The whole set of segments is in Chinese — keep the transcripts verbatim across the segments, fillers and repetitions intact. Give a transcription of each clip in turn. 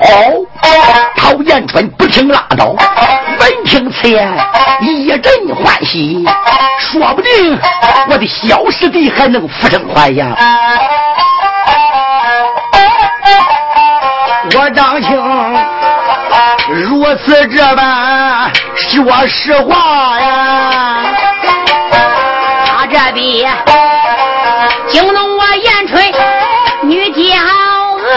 哦，陶延春不听拉倒，闻听此言一阵欢喜，说不定我的小师弟还能复生还阳。我张青如此这般说实话呀， 他这边惊动我延春女娇娥，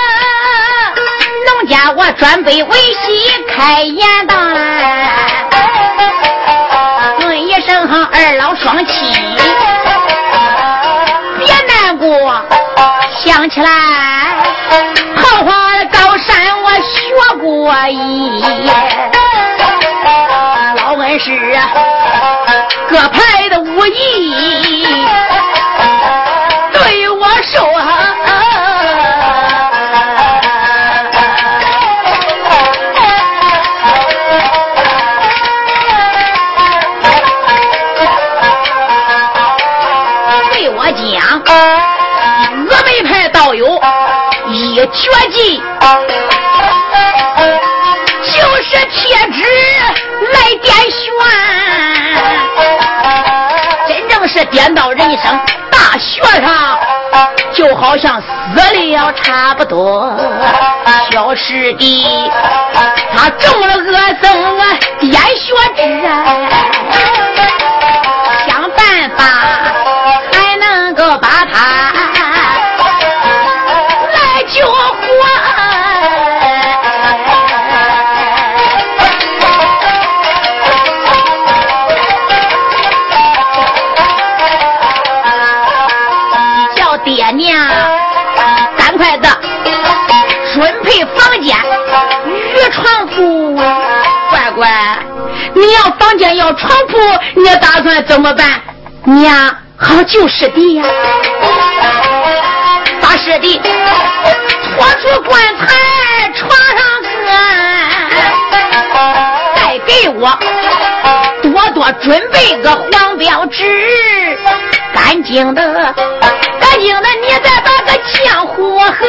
农家我专备为戏开言道，论一声二老双亲别难过，想起来桃花高山我学过一，老恩师各派的武艺对我说，对我讲峨眉派道友一绝技，就是贴纸来点旋，真正是颠倒人生大学上，就好像死了差不多。小师弟他中了恶僧啊点血之啊，想办法还能够把他来救活。爹娘赶快的准备房间与床铺。乖乖，你要房间要床铺，你打算怎么办？娘好救师弟呀，把师弟拖出棺材床上搁，再给我多多准备个黄标纸，干净的干净的你再把个浆糊喝。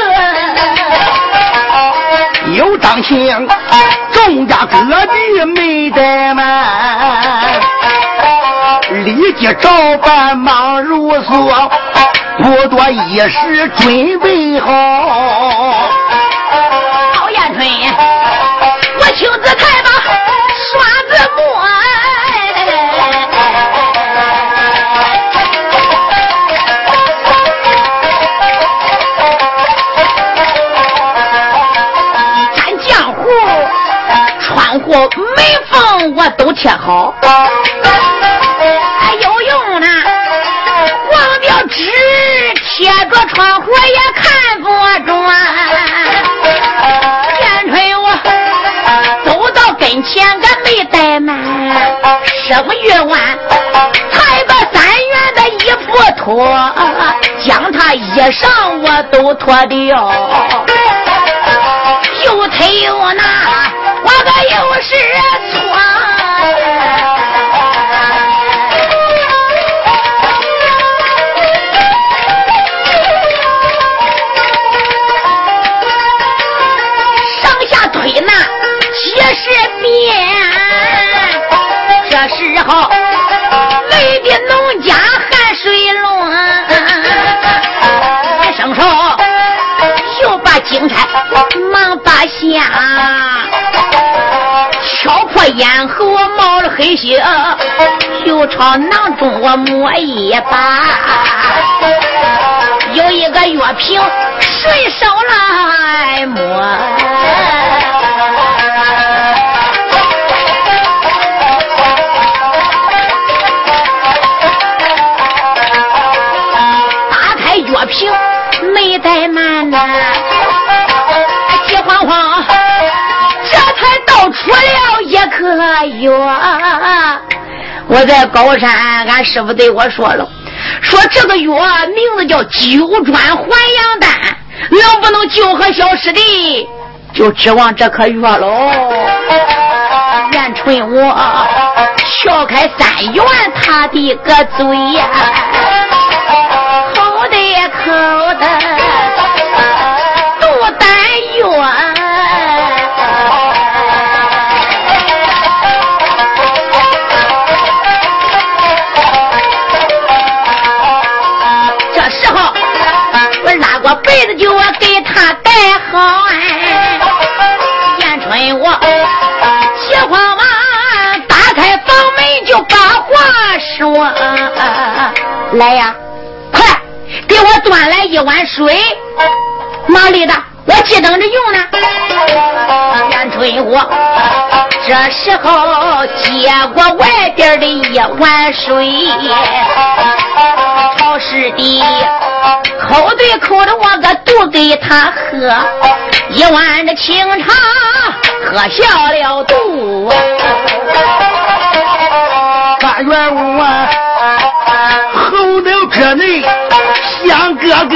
有张兴众家各地没怠慢，立即照办忙如梭，不多一时准备好。 陶延春我亲自抬把刷子磨，窗户门缝我都贴好，还有用呢，黄标纸贴着窗户也看不转。延春我走到跟前俺没怠慢，生月晚才把三元的衣服脱，将他衣裳我都脱掉，又推又拿我个又是错，上下推拿几十遍，这时候累的农家汗水乱，伸手又把金钗忙把下，敲破咽喉冒了黑血，又朝囊中我摸一把，有一个药瓶顺手来摸，打开药瓶没怠慢呐，急慌慌这才倒出了一颗药。我在高山俺师傅对我说了，说这个药名字叫九转还阳丹，能不能救活小师弟就指望这颗药喽。延春我撬开三元他的个嘴呀，口的口的肚丹药来呀，快给我端来一碗水。哪里的？我急等着用呢。严春我这时候接过外边的一碗水，好似的口对口的我个肚给他喝，一碗的清茶喝下了肚。 大元武啊，候到这内想哥哥，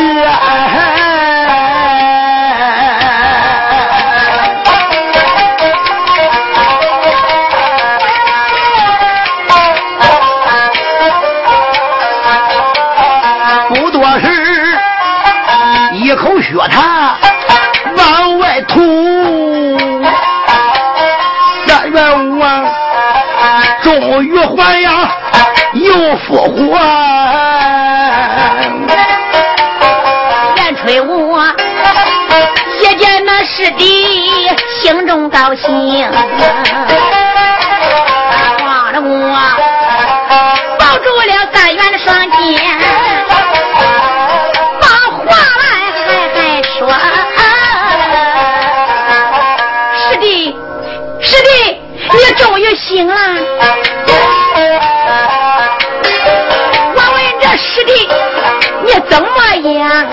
不多时一口血他往外吐。大元武啊，终于还阳又复活。 严吹武一见那师弟心中高兴，画了我抱住了三元的双肩，把话来还还说，师弟师弟你终于醒了。我问这师弟你怎么样？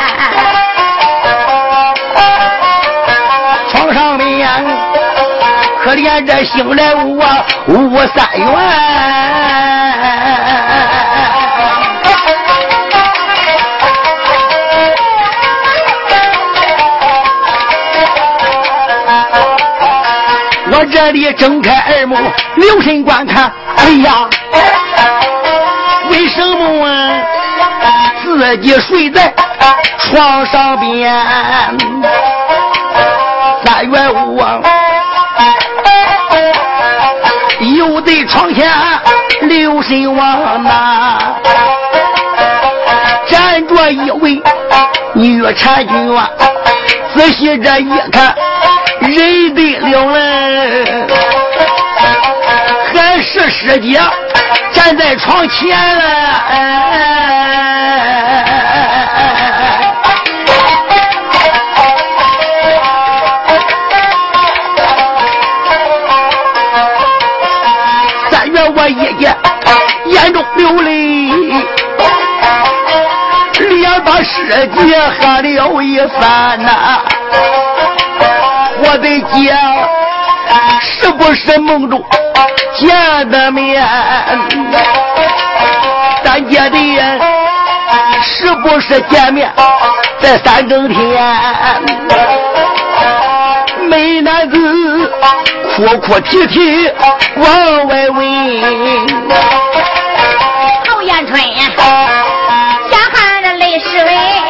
床上面可怜这醒来无啊无三元。我这里睁开耳目留神观看，哎呀，为什么啊自己睡在床上边？三月五啊，又对床下留神望呐，站着一位女婵君啊，仔细这一看认得了嘞，还是师姐站在床前了。三月我一见眼中流泪，连把师姐喝了一番呐。我的姐是不是梦中见的面？咱姐的是不是见面在三更天？美男子哭哭啼啼往外问， 侯延春下汗的泪水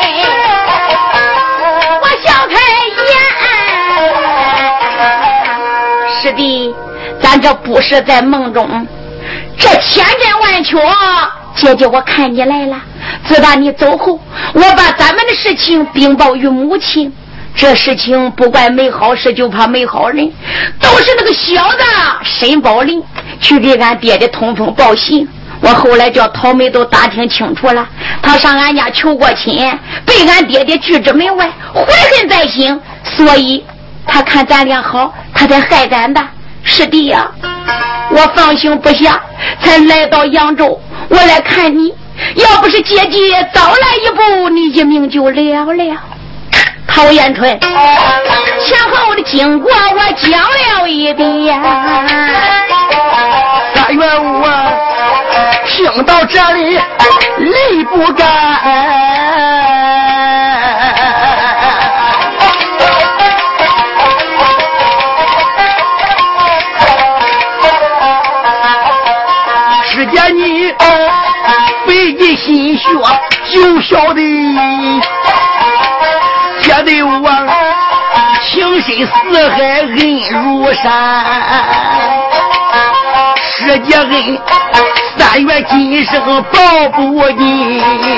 我笑开眼。师弟，咱这不是在梦中，这千真万确，姐姐我看你来了。自打你走后，我把咱们的事情禀报于母亲，这事情不怪没好事，就怕没好人，都是那个小子申宝林去给俺爹的通风报信。我后来叫陶梅都打听清楚了，他上俺家求过亲，被俺爹爹拒之门外，怀恨在心，所以他看咱俩好，他才害咱的。师弟呀、啊，我放心不下，才来到扬州，我来看你。要不是姐姐早来一步，你一命就了了。陶延春前后的经过我讲了一遍。 三月五啊，听到这里泪不干。师姐你费尽心血救小的，姐的我情深似海恩如山，师姐恩三月今生报不尽，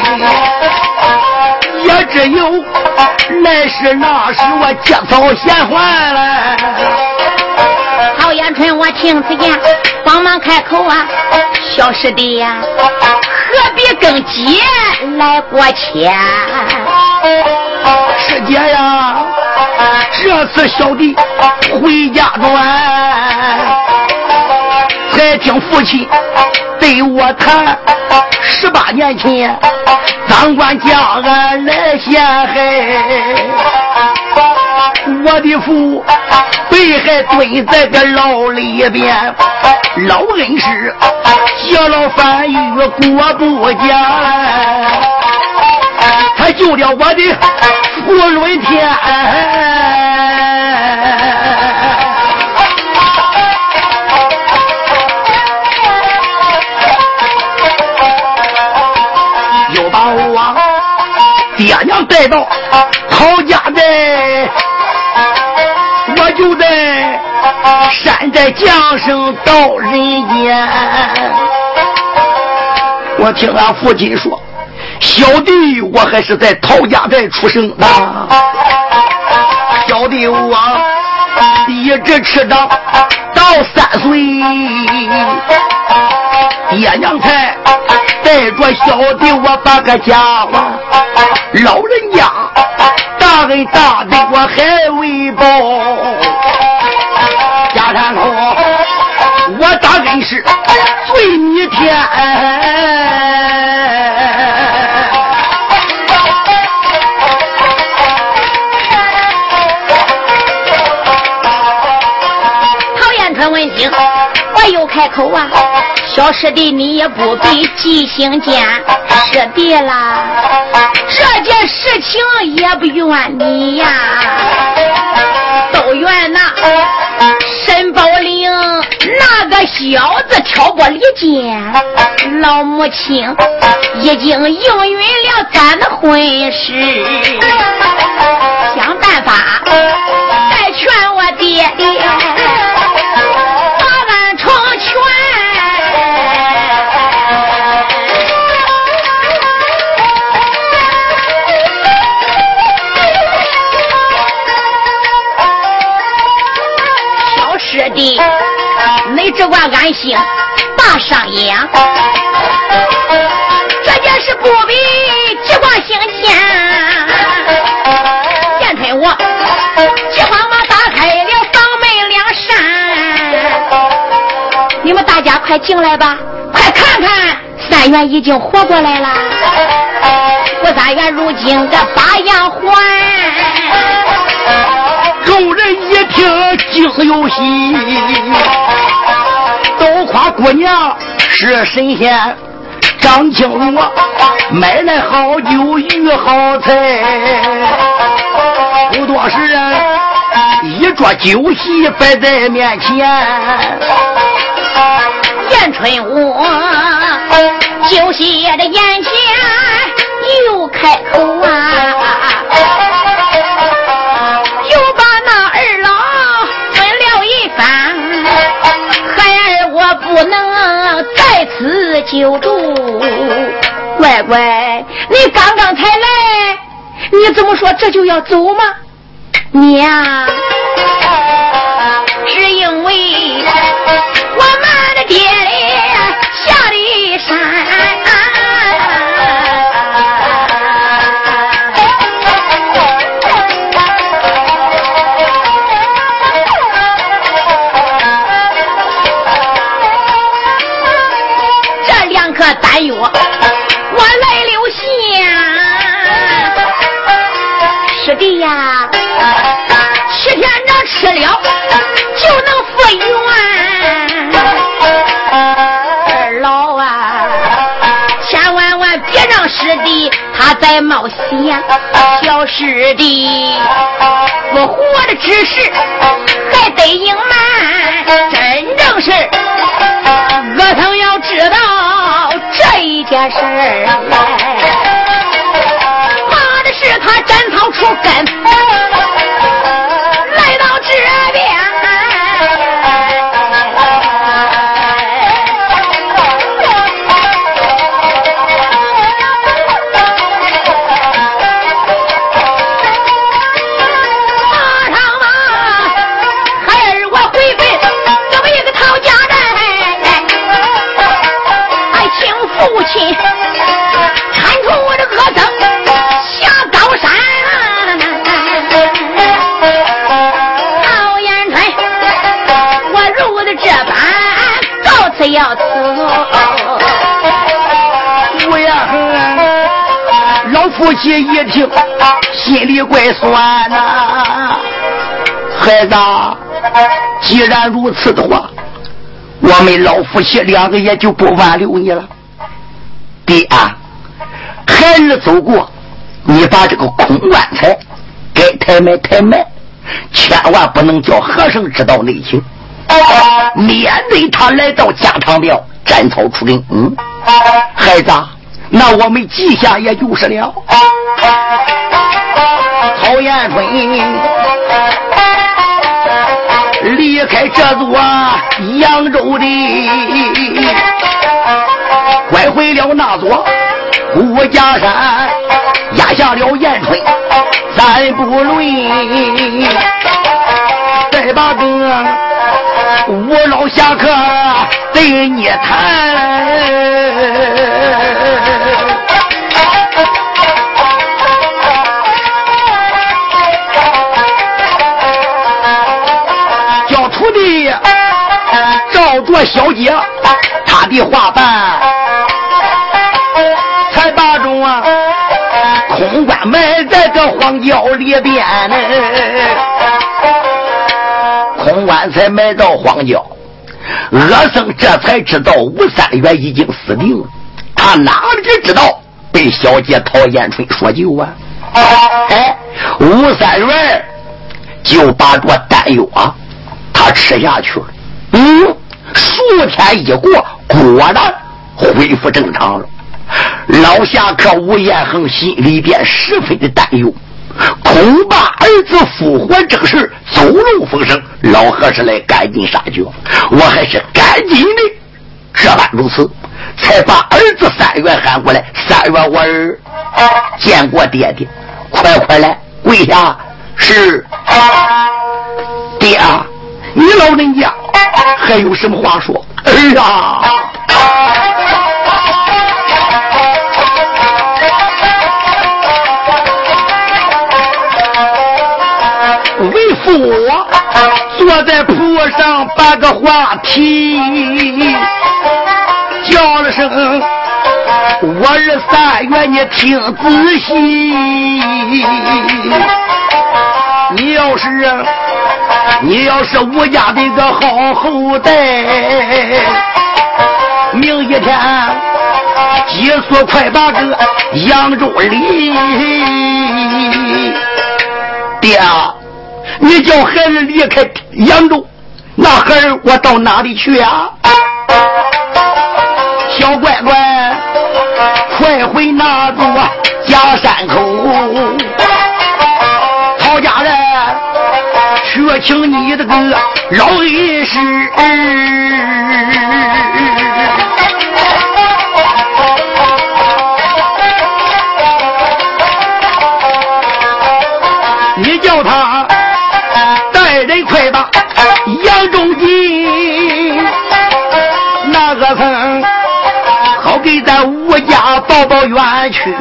也只有来世那时我结草衔环了。 陶延春我听此言，帮忙开口啊，小师弟呀、啊， 何必跟姐来过钱？ 师姐呀，这次小弟回家转，才听父亲对我谈，十八年前长官将俺来陷害，我的父被害蹲在个牢里边，老恩师结了反狱过不家，他救了我的福伦天。又把我爹娘带到陶家寨，我就在山寨降生到人间。我听俺父亲说，小弟我还是在陶家寨出生的，小弟我一直吃长到三岁，爹娘才带着小弟我把个家了，老人家大恩大德我还未报，家山口我大恩是罪弥天。 闻听我又开口啊，小师弟你也不必记性间，师弟啦，这件事情也不怨你呀，都怨那申宝林那个小子挑拨离间，老母亲已经应允了咱的婚事，想办法再劝我爹爹你只管安心把上养，这件事不必急挂心间，见推我急慌忙打开了房门两扇，你们大家快进来吧，快看看三元已经活过来了，我三元如今的八样还。 众人一听惊有喜，都夸姑娘是神仙，张青我买来好酒与好菜，不多时人一桌酒席摆在面前， 燕春我酒席的眼前又开口啊，不能在此久住，乖乖，你刚刚才来，你怎么说这就要走吗？你呀、啊，只因为我们的爹下的山。丹药我来留下，师弟呀，七天这吃了就能复原。二老啊，千万万别让师弟他再冒险，小师弟我活的只是还得隐瞒，真正是我曾要知道这一件事儿来，怕的是他斩草除根来到这边，马上嘛孩儿我回奔这么一个陶家寨，爱情父亲要走。 吴彦恒老夫妻一听，心里怪酸呐、啊。孩子，既然如此的话，我们老夫妻两个也就不挽留你了。爹啊，孩儿走过，你把这个空棺材该抬卖抬卖，千万不能叫和尚知道内情，免得他来到家堂庙斩草除根。嗯，孩子，那我们记下也就是了。曹彦春离开这座扬州的，拐回了那座五家山，压下了彦春三不论，再把个吴老侠客对你谈。叫徒弟照着小姐他的话办，才把中啊空棺埋在这荒郊里边呢。空棺才埋到荒郊，恶僧这才知道吴三元已经死定了。他哪里知道被小姐陶彦春说救啊？哎，吴三元就把这丹药啊他吃下去了。嗯，数天一过，果然恢复正常了。老侠客吴彦恒心里边十分的担忧，恐怕儿子复活正是走漏风声，老和尚来赶尽杀绝，我还是赶紧的这般如此，才把儿子三元喊过来。三元，我儿见过爹爹，快快来跪下。是爹啊，你老人家还有什么话说？儿啊，为父我坐在铺上把个话题，叫了声我儿三元，你听仔细。你要是你要是吴家的个好后代，明一天急速快把个扬州离。爹啊，你叫孩儿离开扬州，那孩儿我到哪里去啊？小乖乖，快回那座家山口，曹家人去请你的个老恩师。你叫他带人快把扬州进，那个僧好给咱吴家报报冤屈。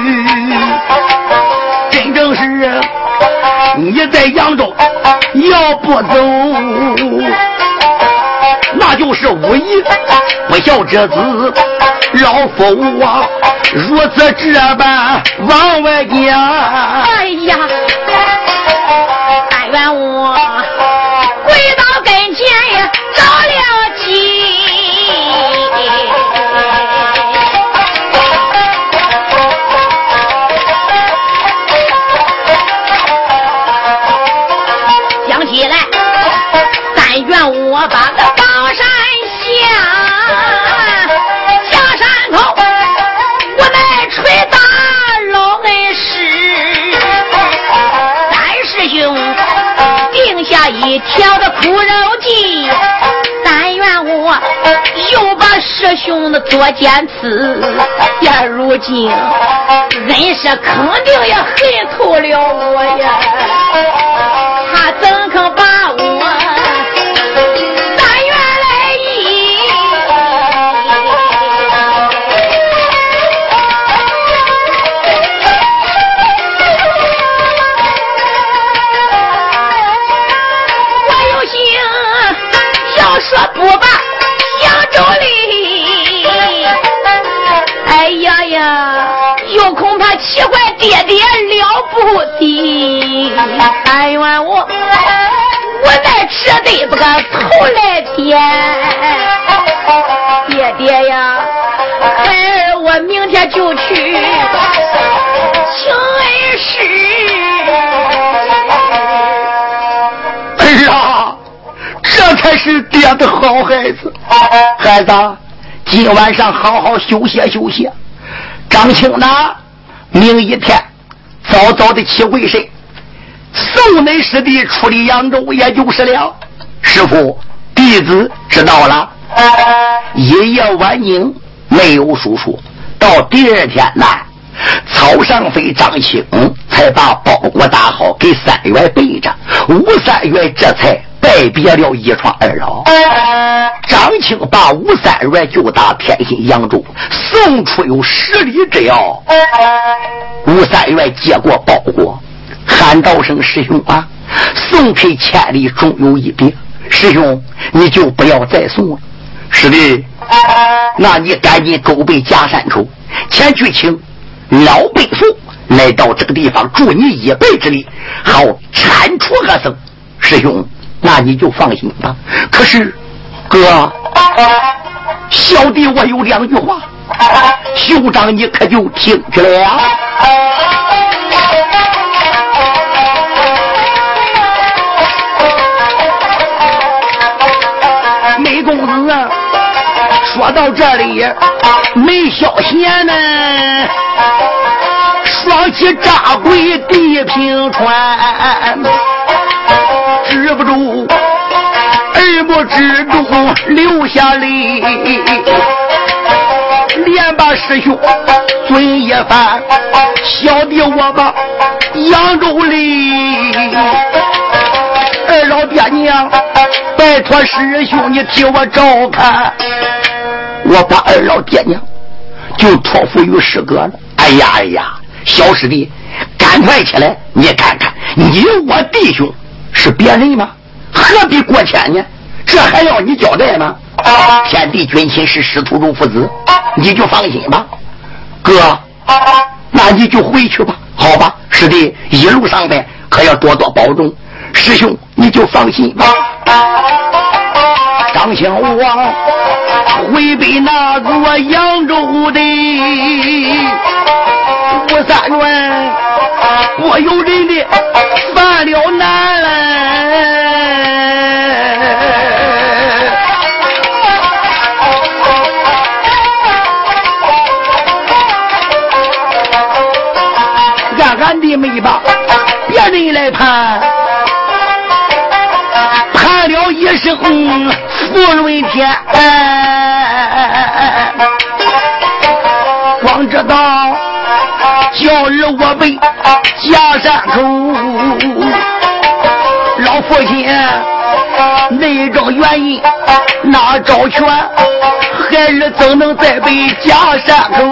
真正是你在扬州要不走，那就是无义不孝之子。老夫啊如此这般往外讲， 哎呀，但愿我跪到跟前也着了急。想起来但愿我把个宝山下下山头，我来捶打老恩师。三师兄定下一条的苦肉计，但愿我又把师兄的作奸刺，现如今人是肯定也恨透了我呀，他怎肯把我但愿来意。我有心要说不把扬州里我再只得把个头来点。爹爹呀，儿我明天就去请恩师。 儿啊，这才是爹的好孩子。孩子，今晚上好好休息休息。张青呢，明一天早早的起回身，送恁师弟出离扬州，也就是了。师傅，弟子知道了。一夜晚宁没有叔叔，到第二天呢，曹尚飞、张青才把包裹打好，给三元背着。吴三元这才拜别了一床二老。张青把吴三元就打天心扬州，送出有十里之遥。吴三元接过包裹，喊道声：“师兄啊，送去千里终有一别，师兄你就不要再送了。”师弟，那你赶紧勾背夹山口，前去请老辈父来到这个地方助你一臂之力，好铲除恶僧。师兄，那你就放心吧。可是哥，小弟我有两句话，兄长你可就听去了。美公子啊，说到这里没消闲呢，双膝扎跪地平川，止不住耳目之中流下泪，连把师兄尊一番，小弟我把扬州里二老爹娘，拜托师兄你替我照看。我把二老爹娘就托付于师哥了。哎呀哎呀，小师弟赶快起来，你看看你我弟兄是别人吗？何必过谦呢？这还要你交代吗？天地君亲是师徒如父子，你就放心吧。哥，那你就回去吧。好吧，师弟一路上边可要多多保重。师兄你就放心吧。张小王回北那座扬州的吴三元，我有人的犯了难暗暗的没把别人来盼，盼了一声福伦天，光知道叫日我被家山口，老父亲内政原因哪招权，孩儿怎能再被家山口？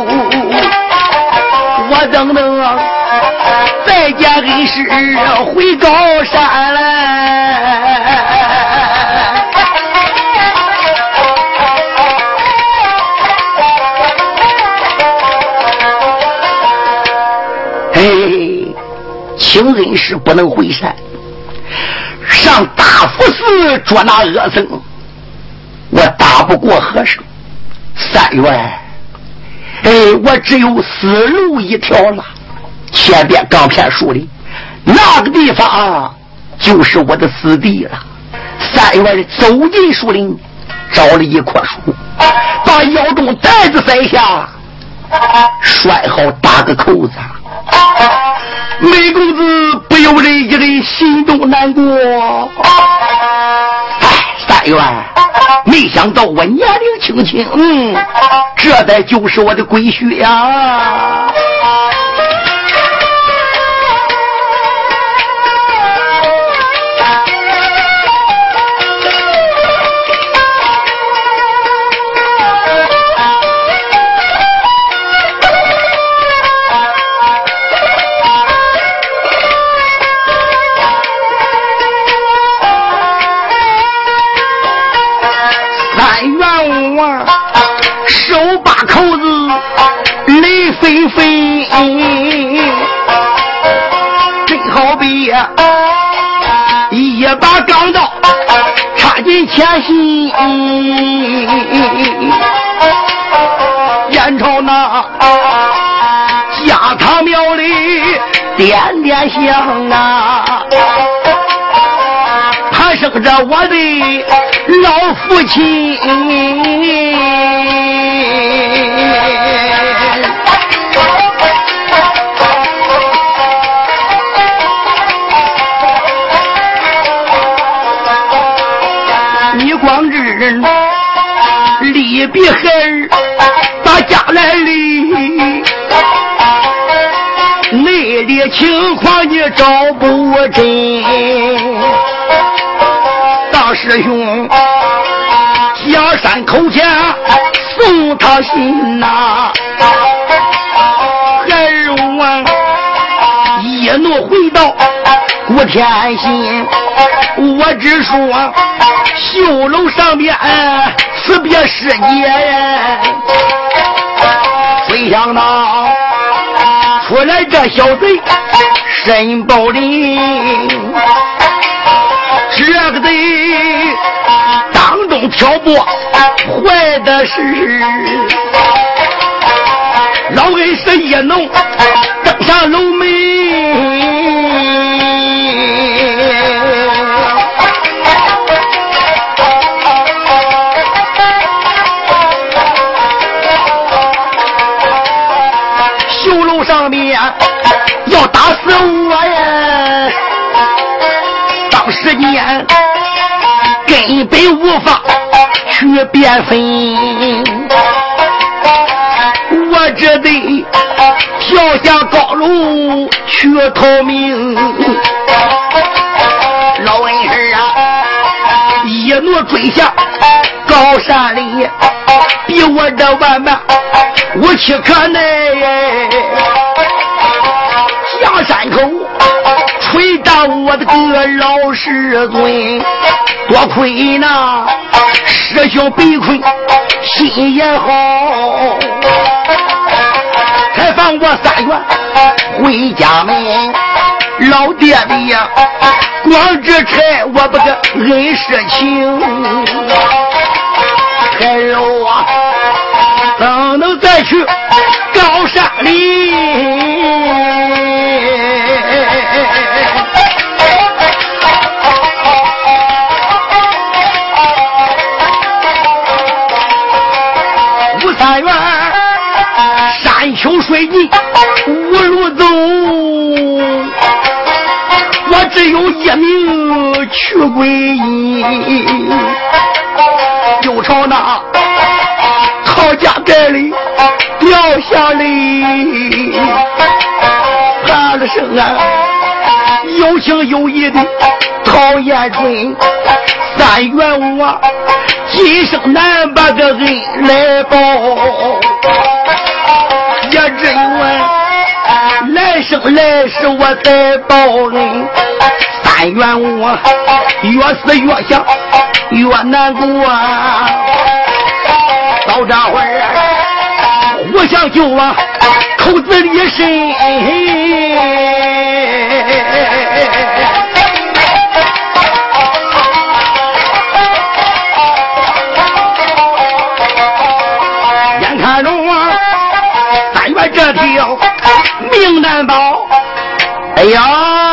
我怎能再见恩师回高山来？嘿，请恩师不能回山，上大福寺捉拿恶僧，我打不过和尚。三元，哎，我只有死路一条了。前边刚片树林，那个地方、啊、就是我的死地了。三元走进树林，找了一棵树，把腰中袋子塞下，拴好打个扣子。梅公子不由人一人心中难过。哎，三元，没想到我年龄轻轻，嗯，这才就是我的闺婿呀。飞飞，真好比一把钢前心，眼朝那家堂庙里点点香啊，还生着我的老父亲。你光知离别孩儿把家来离，内里情况你找不真。大师兄下山口前送他信呐，孩儿我一怒回到古天心，我只说绣楼上边辞别世界，谁想到出来这小贼申宝林，这个贼当中挑拨坏的事，老恩师一弄登上楼门。上面要打死我呀！当时间根本无法去辨分，我只得跳下高楼去逃命。老恩师啊，一怒追下高山里，比我的万马无其可奈。下山口捶打我的个老师尊，多亏那师兄被困心也好，才放我三月回家门。老爹的呀，光这拆我不个恩师情，孩儿啊，怎能再去高山里？五三元山丘水泥无路走，我只有一命去归阴。又朝那陶家寨里掉下泪，喊了声啊，有情有义的陶彦春，三元我今生难把个恩来报，也只有来生来世我再报恩。三元我越思越想越难过啊，到这会儿我想就往口子里伸，眼看着啊三月这条命难保。哎呀，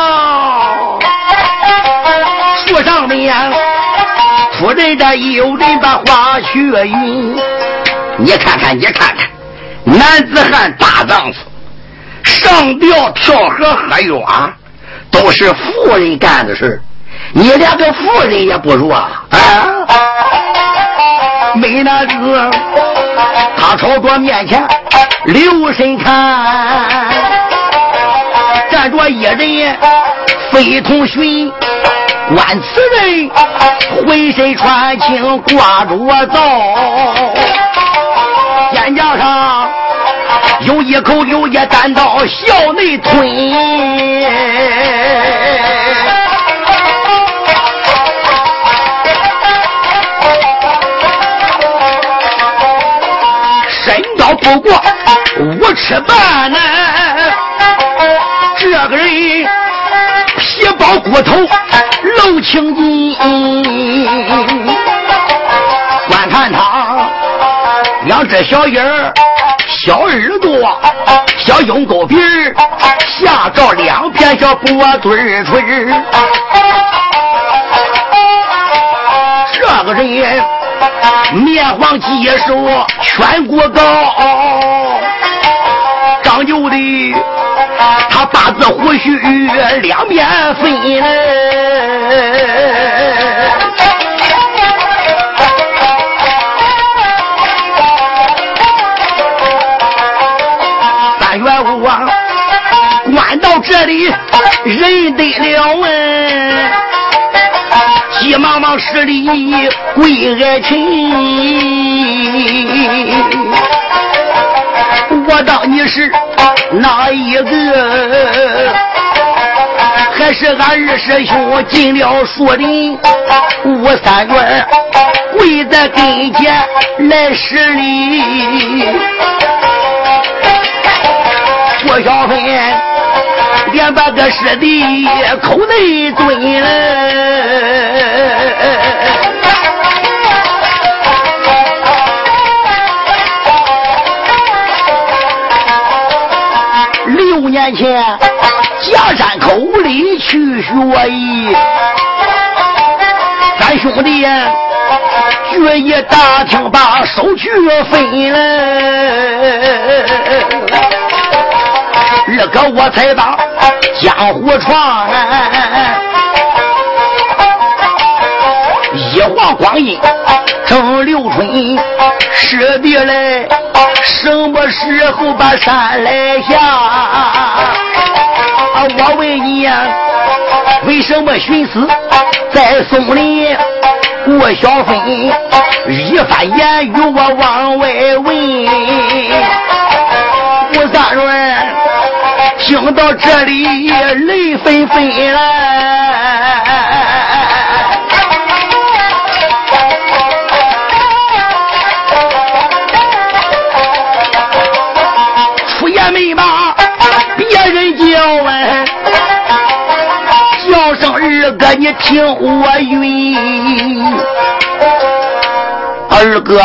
树上面夫人这有人把话学云，你看看你看看，男子汉大丈夫上吊跳河喝药啊，都是妇人干的事，你连个妇人也不如啊！啊，美男子他朝着面前留神看，站着一人非同寻，观此人浑身穿青挂着皂，眼角上有一口流液弹到小内吞，身高不过五尺半呢，这个人皮包骨头露青筋， 两只小眼儿，小耳朵，小胸沟鼻儿，下照两片小脖嘴儿嘴儿。这个人面黄肌瘦，颧骨高，长就的他八字胡须两面分了。三元五王关到这里认得了嗯，急忙忙施礼跪爱卿，我当你是哪一个？还是俺二师兄进了树林，吴三元跪在跟前来施礼。郭小芬连把个师弟口内尊了。六年前假山口里去学艺，咱兄弟决议打听把手续分了。二哥我才把江湖传，一晃光阴正六春，师弟来什么时候把山来下？我问你呀，为什么寻死在松林？郭小芬一番言语我往外问，吴三润听到这里泪纷纷了。出言没把别人叫问，叫声二哥你听我云。二哥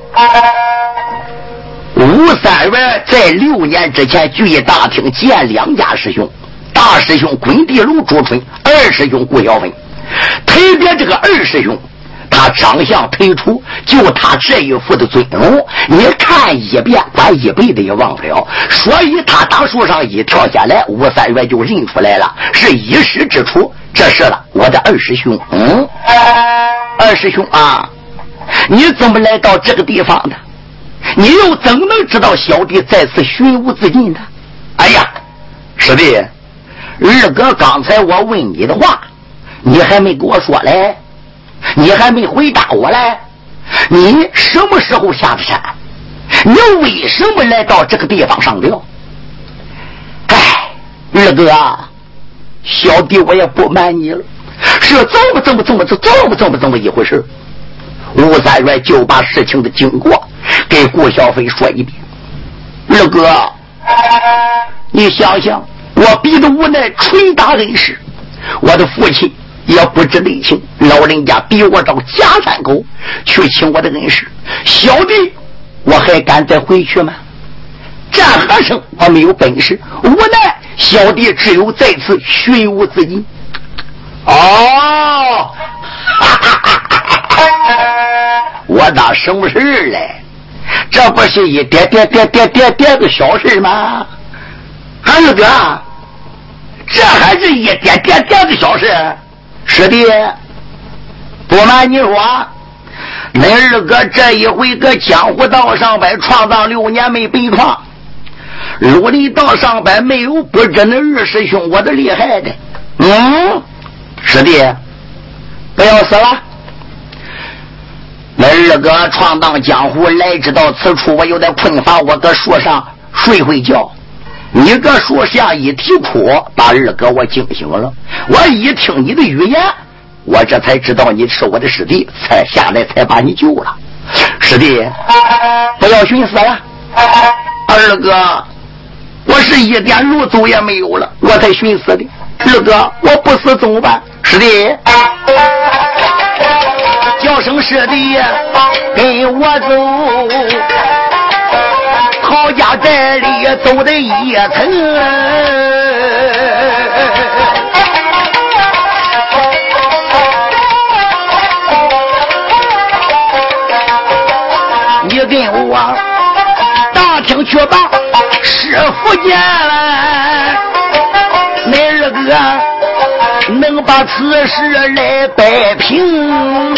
吴三元在六年之前聚义大厅见两家师兄，大师兄滚地龙朱春，二师兄顾小芬。特别这个二师兄，他长相忒出，就他这一副的尊容，你看一遍他一辈子也忘不了。所以他打树上一跳下来，吴三元就认出来了，是一时之处。这是了我的二师兄。嗯，二师兄啊，你怎么来到这个地方的？你又怎能知道小弟在此寻无自尽的？哎呀，师弟，二哥刚才我问你的话你还没给我说嘞，你还没回答我嘞。你什么时候下的山？你为什么来到这个地方上吊？哎，二哥啊，小弟我也不瞒你了，是这么这么这么这么这么这么一回事。吴三元就把事情的经过给顾小飞说一遍。二哥，你想想，我逼得无奈捶打恩师，我的父亲也不知内情，老人家逼我到假山口去请我的恩师，小弟我还敢再回去吗？战和生我没有本事，无奈小弟只有在此寻无自尽。哦，哈哈哈我哪什么事嘞？这不是一点点点点点点的小事吗？二哥，这还是一点点点的小事？师弟，不瞒你说，恁二哥这一回搁江湖道上边闯荡六年没被闯，如里道上边没有不知恁二师兄我的厉害的。嗯，师弟，不要死了。恁二哥闯荡江湖来至到此处，我有点困乏，我搁树上睡会觉。你搁树下一啼哭，把二哥我惊醒了。我一听你的语言，我这才知道你是我的师弟，才下来才把你救了。师弟，不要寻死了。二哥，我是一点路走也没有了，我才寻死的。二哥，我不死怎么办？师弟，叫声师弟跟我走， 寨里走的一层，你跟我打听去吧，师傅见了，那二哥能把此事来摆平。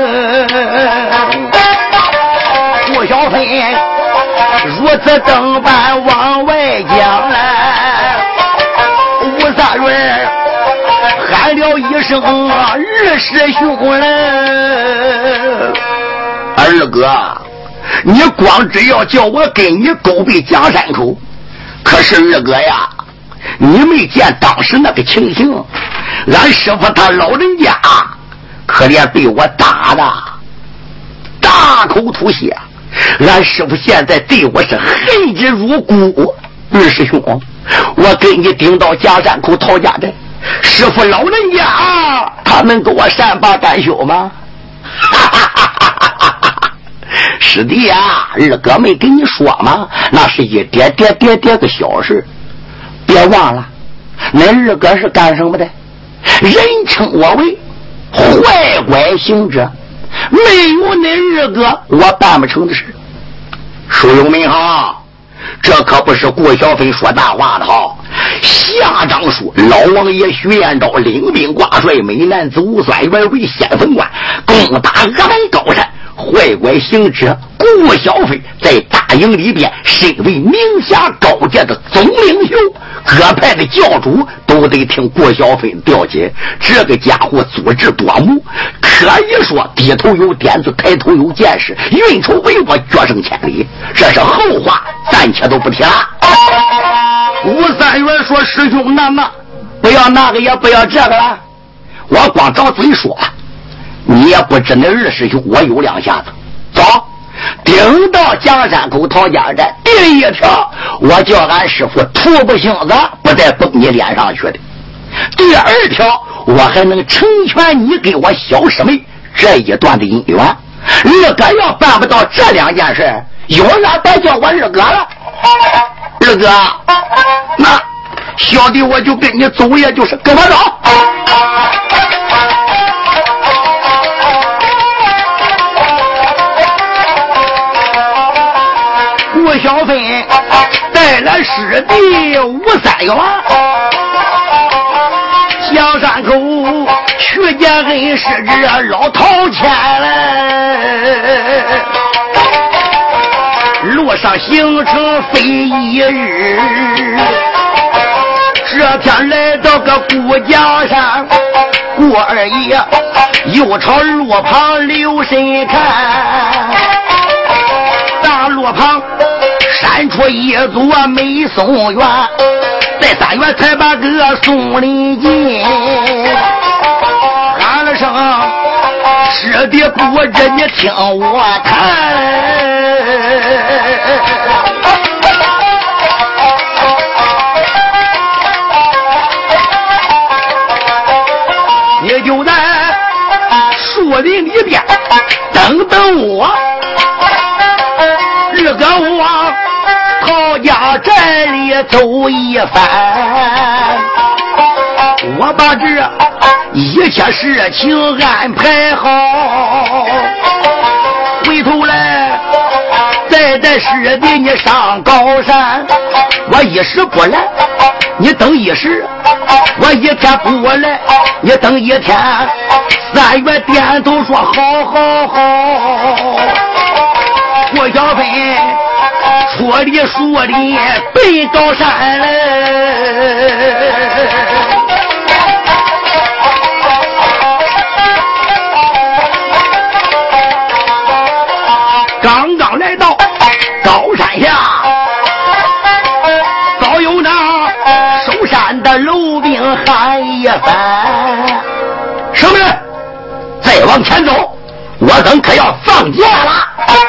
顾小飞如此等般往外讲了，吴三元喊了一声二师兄了。二哥，你光只要叫我跟你勾背江山口，可是二哥呀，你没见当时那个情形，俺师傅他老人家可怜被我打的大口吐血，俺师傅现在对我是恨之入骨。二师兄，我跟你顶到江山口讨家的，师傅老人家他能给我善罢甘休吗？师弟啊，二哥没跟你说吗？那是一点点点点个小事，别忘了，恁二哥是干什么的？人称我为坏拐行者，没有恁二哥我办不成的事。书有名哈，这可不是顾小飞说大话的哈。下章书老王爷徐彦昭领兵挂帅，美男子吴三元为先锋官，攻打阿白高山。坏拐行者顾小飞在大营里边身为名下高阶的总领袖，各派的教主都得听顾小飞调解。这个家伙组织多谋，可以说低头有点子，抬头有见识，运筹帷幄，决胜千里。这是后话，暂且都不提了。吴三元说：“师兄，那么不要那个，也不要这个了，我光找嘴说。你也不知那二师兄我有两下子。走，顶到江山口讨家寨，第一条我叫俺师傅吐不星子，不带崩你脸上去的。第二条我还能成全你给我小师妹这一段的姻缘。二哥要办不到这两件事，永远别叫我二哥了。二哥，那小弟我就跟你走，也就是跟我走。顾小飞带来师弟吴三元，江山口去见恩师这老陶谦了。路上行程费一日，这天来到个顾家山，顾二爷又朝路旁留神看，大路旁闪出一座美松园，在三院才把个送礼进，喊了声师弟不知你听我谈。你就在树林里边等等我，二哥我陶家寨里走一番，我把这一切事情安排好，回头来再带师弟你上高山。我一时不来，你等一时；我一天不来，你等一天。三月点头说好好好。郭小飞说里说里奔高山了，刚刚来到高山下，早有那守山的楼兵喊一番：什么人？再往前走，我等可要放假了。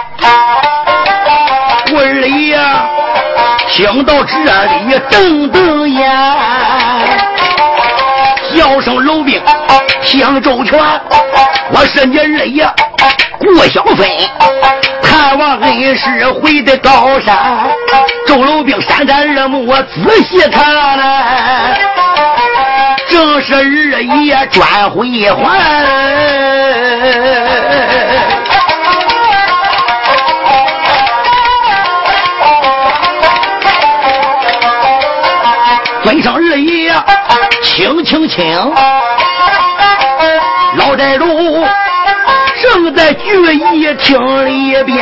我二爷听到这里瞪瞪眼，叫声楼兵听周全， 我是你二爷顾小飞，探望恩师回的高山，周楼兵闪闪二目，我仔细看了，正是二爷转回还。尊上二爷请请请，老寨主正在聚义厅里边，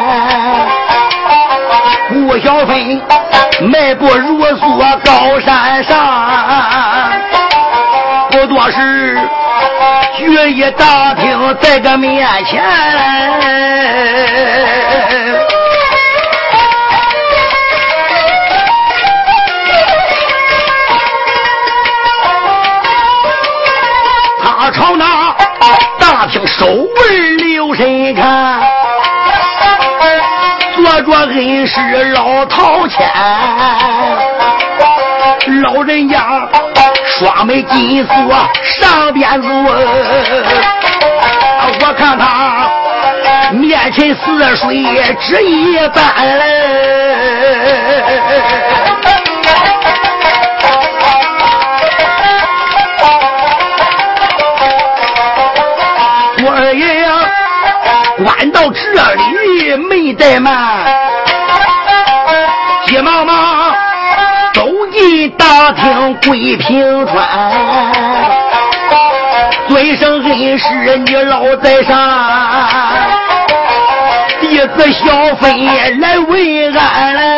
顾小飞迈步如梭高山上，不多时聚义大厅在个面前，他朝那大厅守卫留神看，坐着恩师老陶谦，老人家双眉紧锁上边坐，我看他面沉似水只一般了，我二爷关到这里没怠慢，急忙忙走进大厅跪平川，尊声恩师你老在上，弟子小飞来问安了。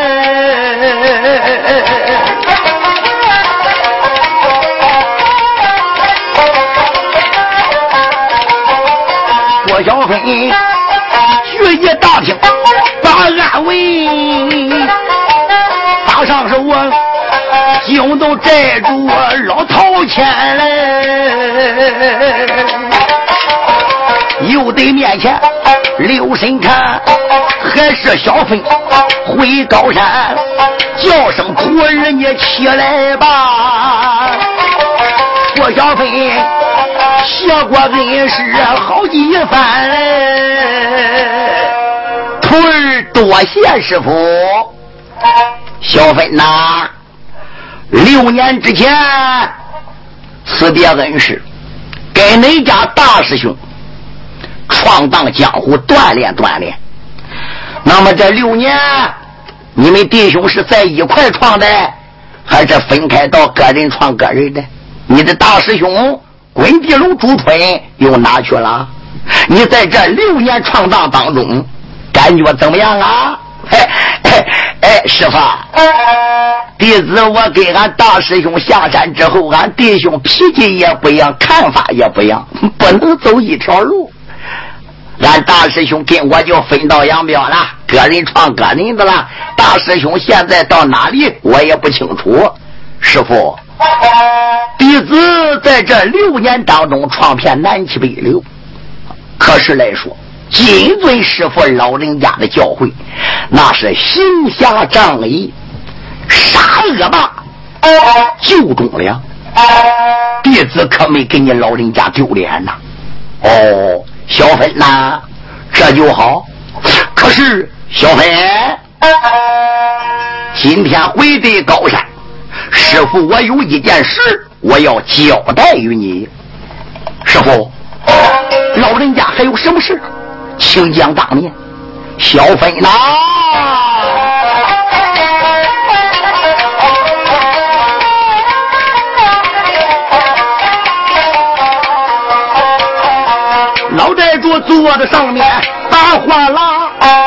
郭小飞学业大厅把安慰，打上是我惊动寨主老陶谦了，又对面前留神看，还是小飞回高山，叫声徒儿你起来吧。郭小飞谢过恩师好几番了，徒儿多谢师傅。小飞呐，六年之前辞别恩师，给恁家大师兄闯荡江湖锻炼锻炼。那么这六年你们弟兄是在一块闯的，还是分开到个人闯个人的？你的大师兄滚地龙朱春又哪去了？你在这六年闯荡当中感觉怎么样啊？嘿嘿哎，师傅，弟子我给俺大师兄下山之后，俺弟兄脾气也不一样，看法也不一样，不能走一条路。俺大师兄跟我就分道扬镳了，个人闯个人的了。大师兄现在到哪里我也不清楚。师傅，弟子在这六年当中闯遍南七北六，可是来说谨遵师傅老人家的教诲，那是行侠仗义，杀恶霸，救忠良。弟子可没给你老人家丢脸呐。哦，小芬呐，这就好。可是小芬，今天回对高山，师傅我有一件事我要交代于你。师傅，老人家还有什么事请讲当面。小芬呐，老寨主坐在上面把话拉，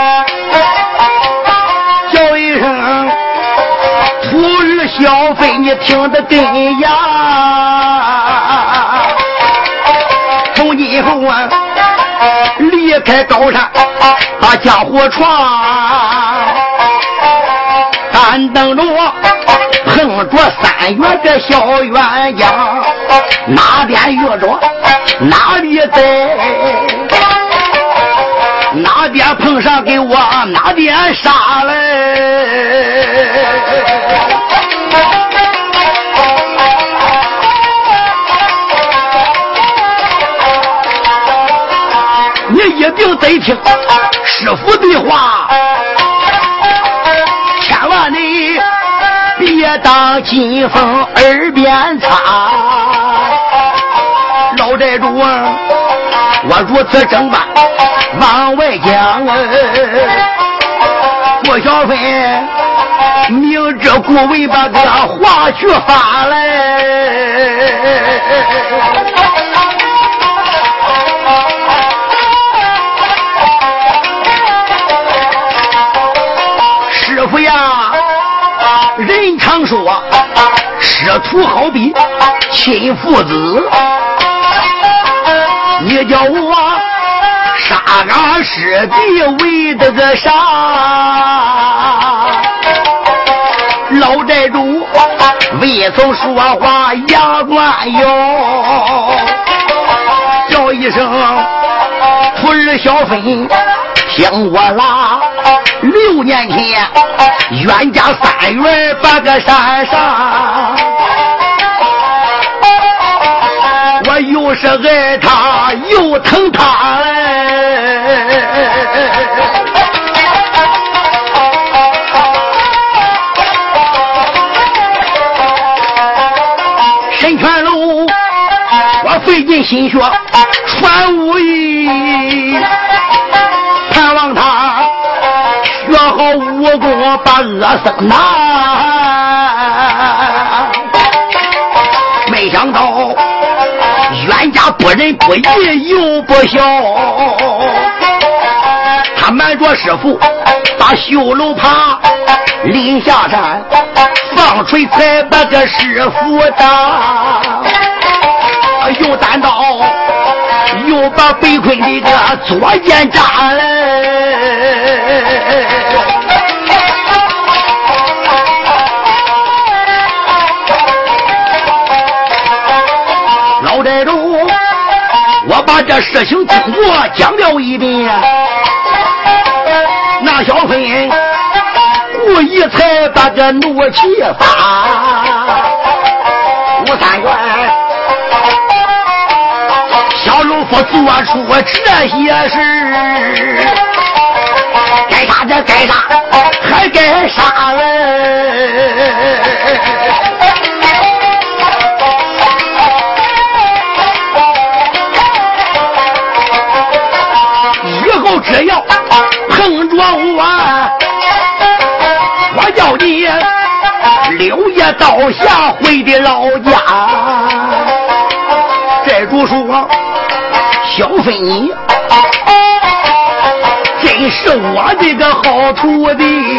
叫一声徒儿小飞你听得真呀，从今以后啊离开高山把家伙闯，单等着碰着三月的小鸳鸯，哪边遇着哪里在，哪边碰上给我哪边杀了。 一定得听师傅的话，千万你别当金风耳边插。老寨主啊，我如此正办往外讲，郭小飞明知故为把个话去发来。师傅呀，人常说师徒好比亲父子，你叫我杀俺师弟为的个啥？老寨主未曾说话牙关咬，叫一声徒儿小芬听我啦，六年前冤家三元把个山上，我又是爱他又疼他神泉楼我费尽心血传武艺，盼望他学好武功把恶僧拿，没想到冤家不仁不义又不孝，他瞒着师傅把绣楼爬，临下山放锤才把个师傅打，又单刀又把北昆的个左肩扎了。老寨主，我把这事情经过讲了一遍，那小芬故意才把这怒气发。吴三元小老夫做出这些事，该杀这该杀还该杀了。以后只要碰着我，我叫你柳叶刀下回的老家。寨主说小芬你真是我这个好徒弟，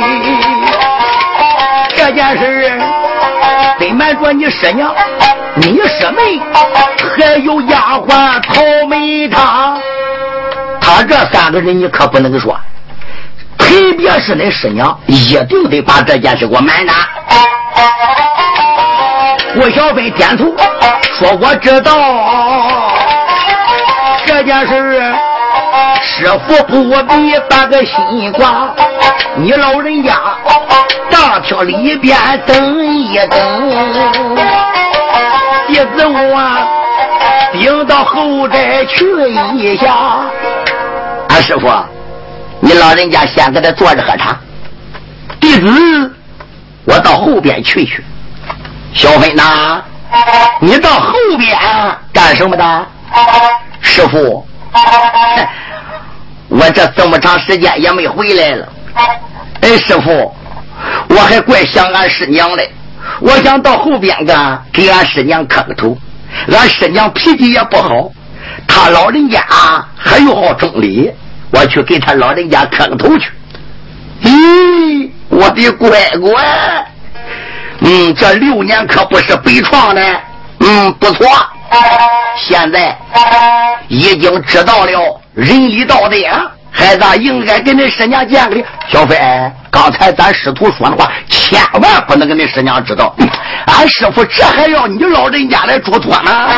这件事得瞒着你师娘你师妹还有丫鬟曹梅她，他这三个人你可不能说，特别是那师娘一定得把这件事给我瞒着。郭小飞点头说我知道这件事，师傅不必把个心挂，你老人家大厅里边等一等，弟子我顶到后寨去一下。啊，师傅你老人家先给他坐着喝茶，弟子我到后边去去。小芬呐，你到后边干什么的？师傅我这这么长时间也没回来了。哎，师傅我还怪想俺师娘嘞，我想到后边个给俺师娘磕个头，俺师娘脾气也不好，他老人家还有好忠礼，我去给他老人家磕个头去。咦，我的乖乖，嗯，这六年可不是北闯的，嗯，不错。现在已经知道了人理道德，孩子应该跟你师娘见个礼。小飞，刚才咱师徒说的话千万不能跟你师娘知道，俺师傅这还要你老人家来嘱托呢。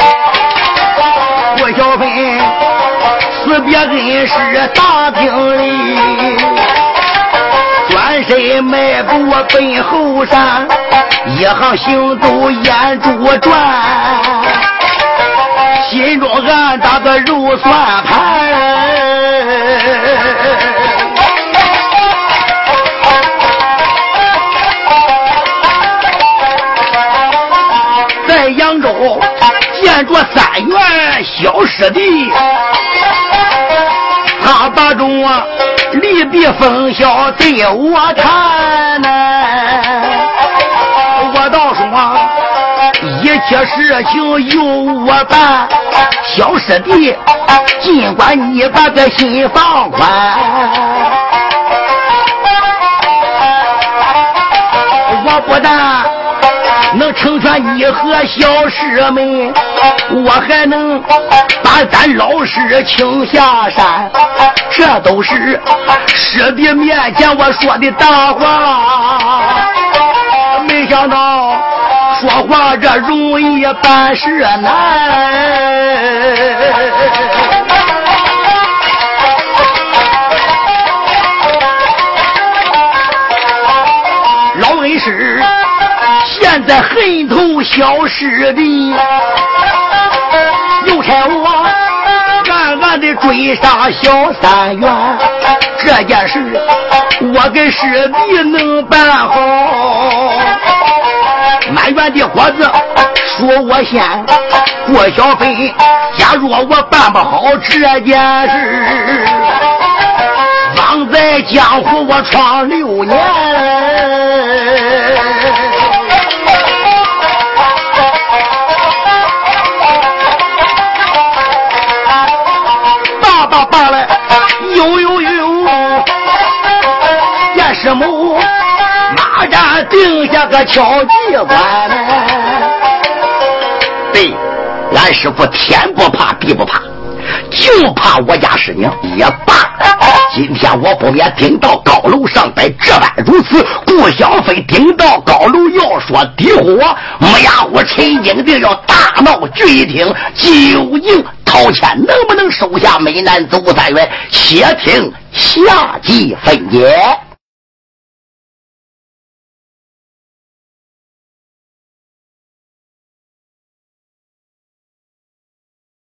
郭小飞辞别恩师大厅里，转身迈步奔后山，一行行走眼珠转，心中暗打个肉算盘。 着三元小师弟，他把中啊利弊风晓对我看呢。我倒说一切事情由我办，小师弟尽管你把个心放宽，我不但能成全你和小师们，我还能把咱老师请下山，这都是师弟面前我说的大话。没想到说话这容易办事难，老恩师现在恨透小师弟，又差我暗暗的追杀小三元，这件事我跟师弟能办好。满园的伙子说我先过小飞，假若我办不好这件事，枉在江湖我闯六年。爸爸罢了，有有有，燕师母马上定下个敲击官。对，俺师傅天不怕地不怕，就怕我家师娘也罢。今天我不免顶到高楼上边，这般如此。顾小飞顶到高楼要说敌火，木牙虎陈景定要大闹聚厅，究竟陶谦能不能收下美男邹三元？且听下集分解。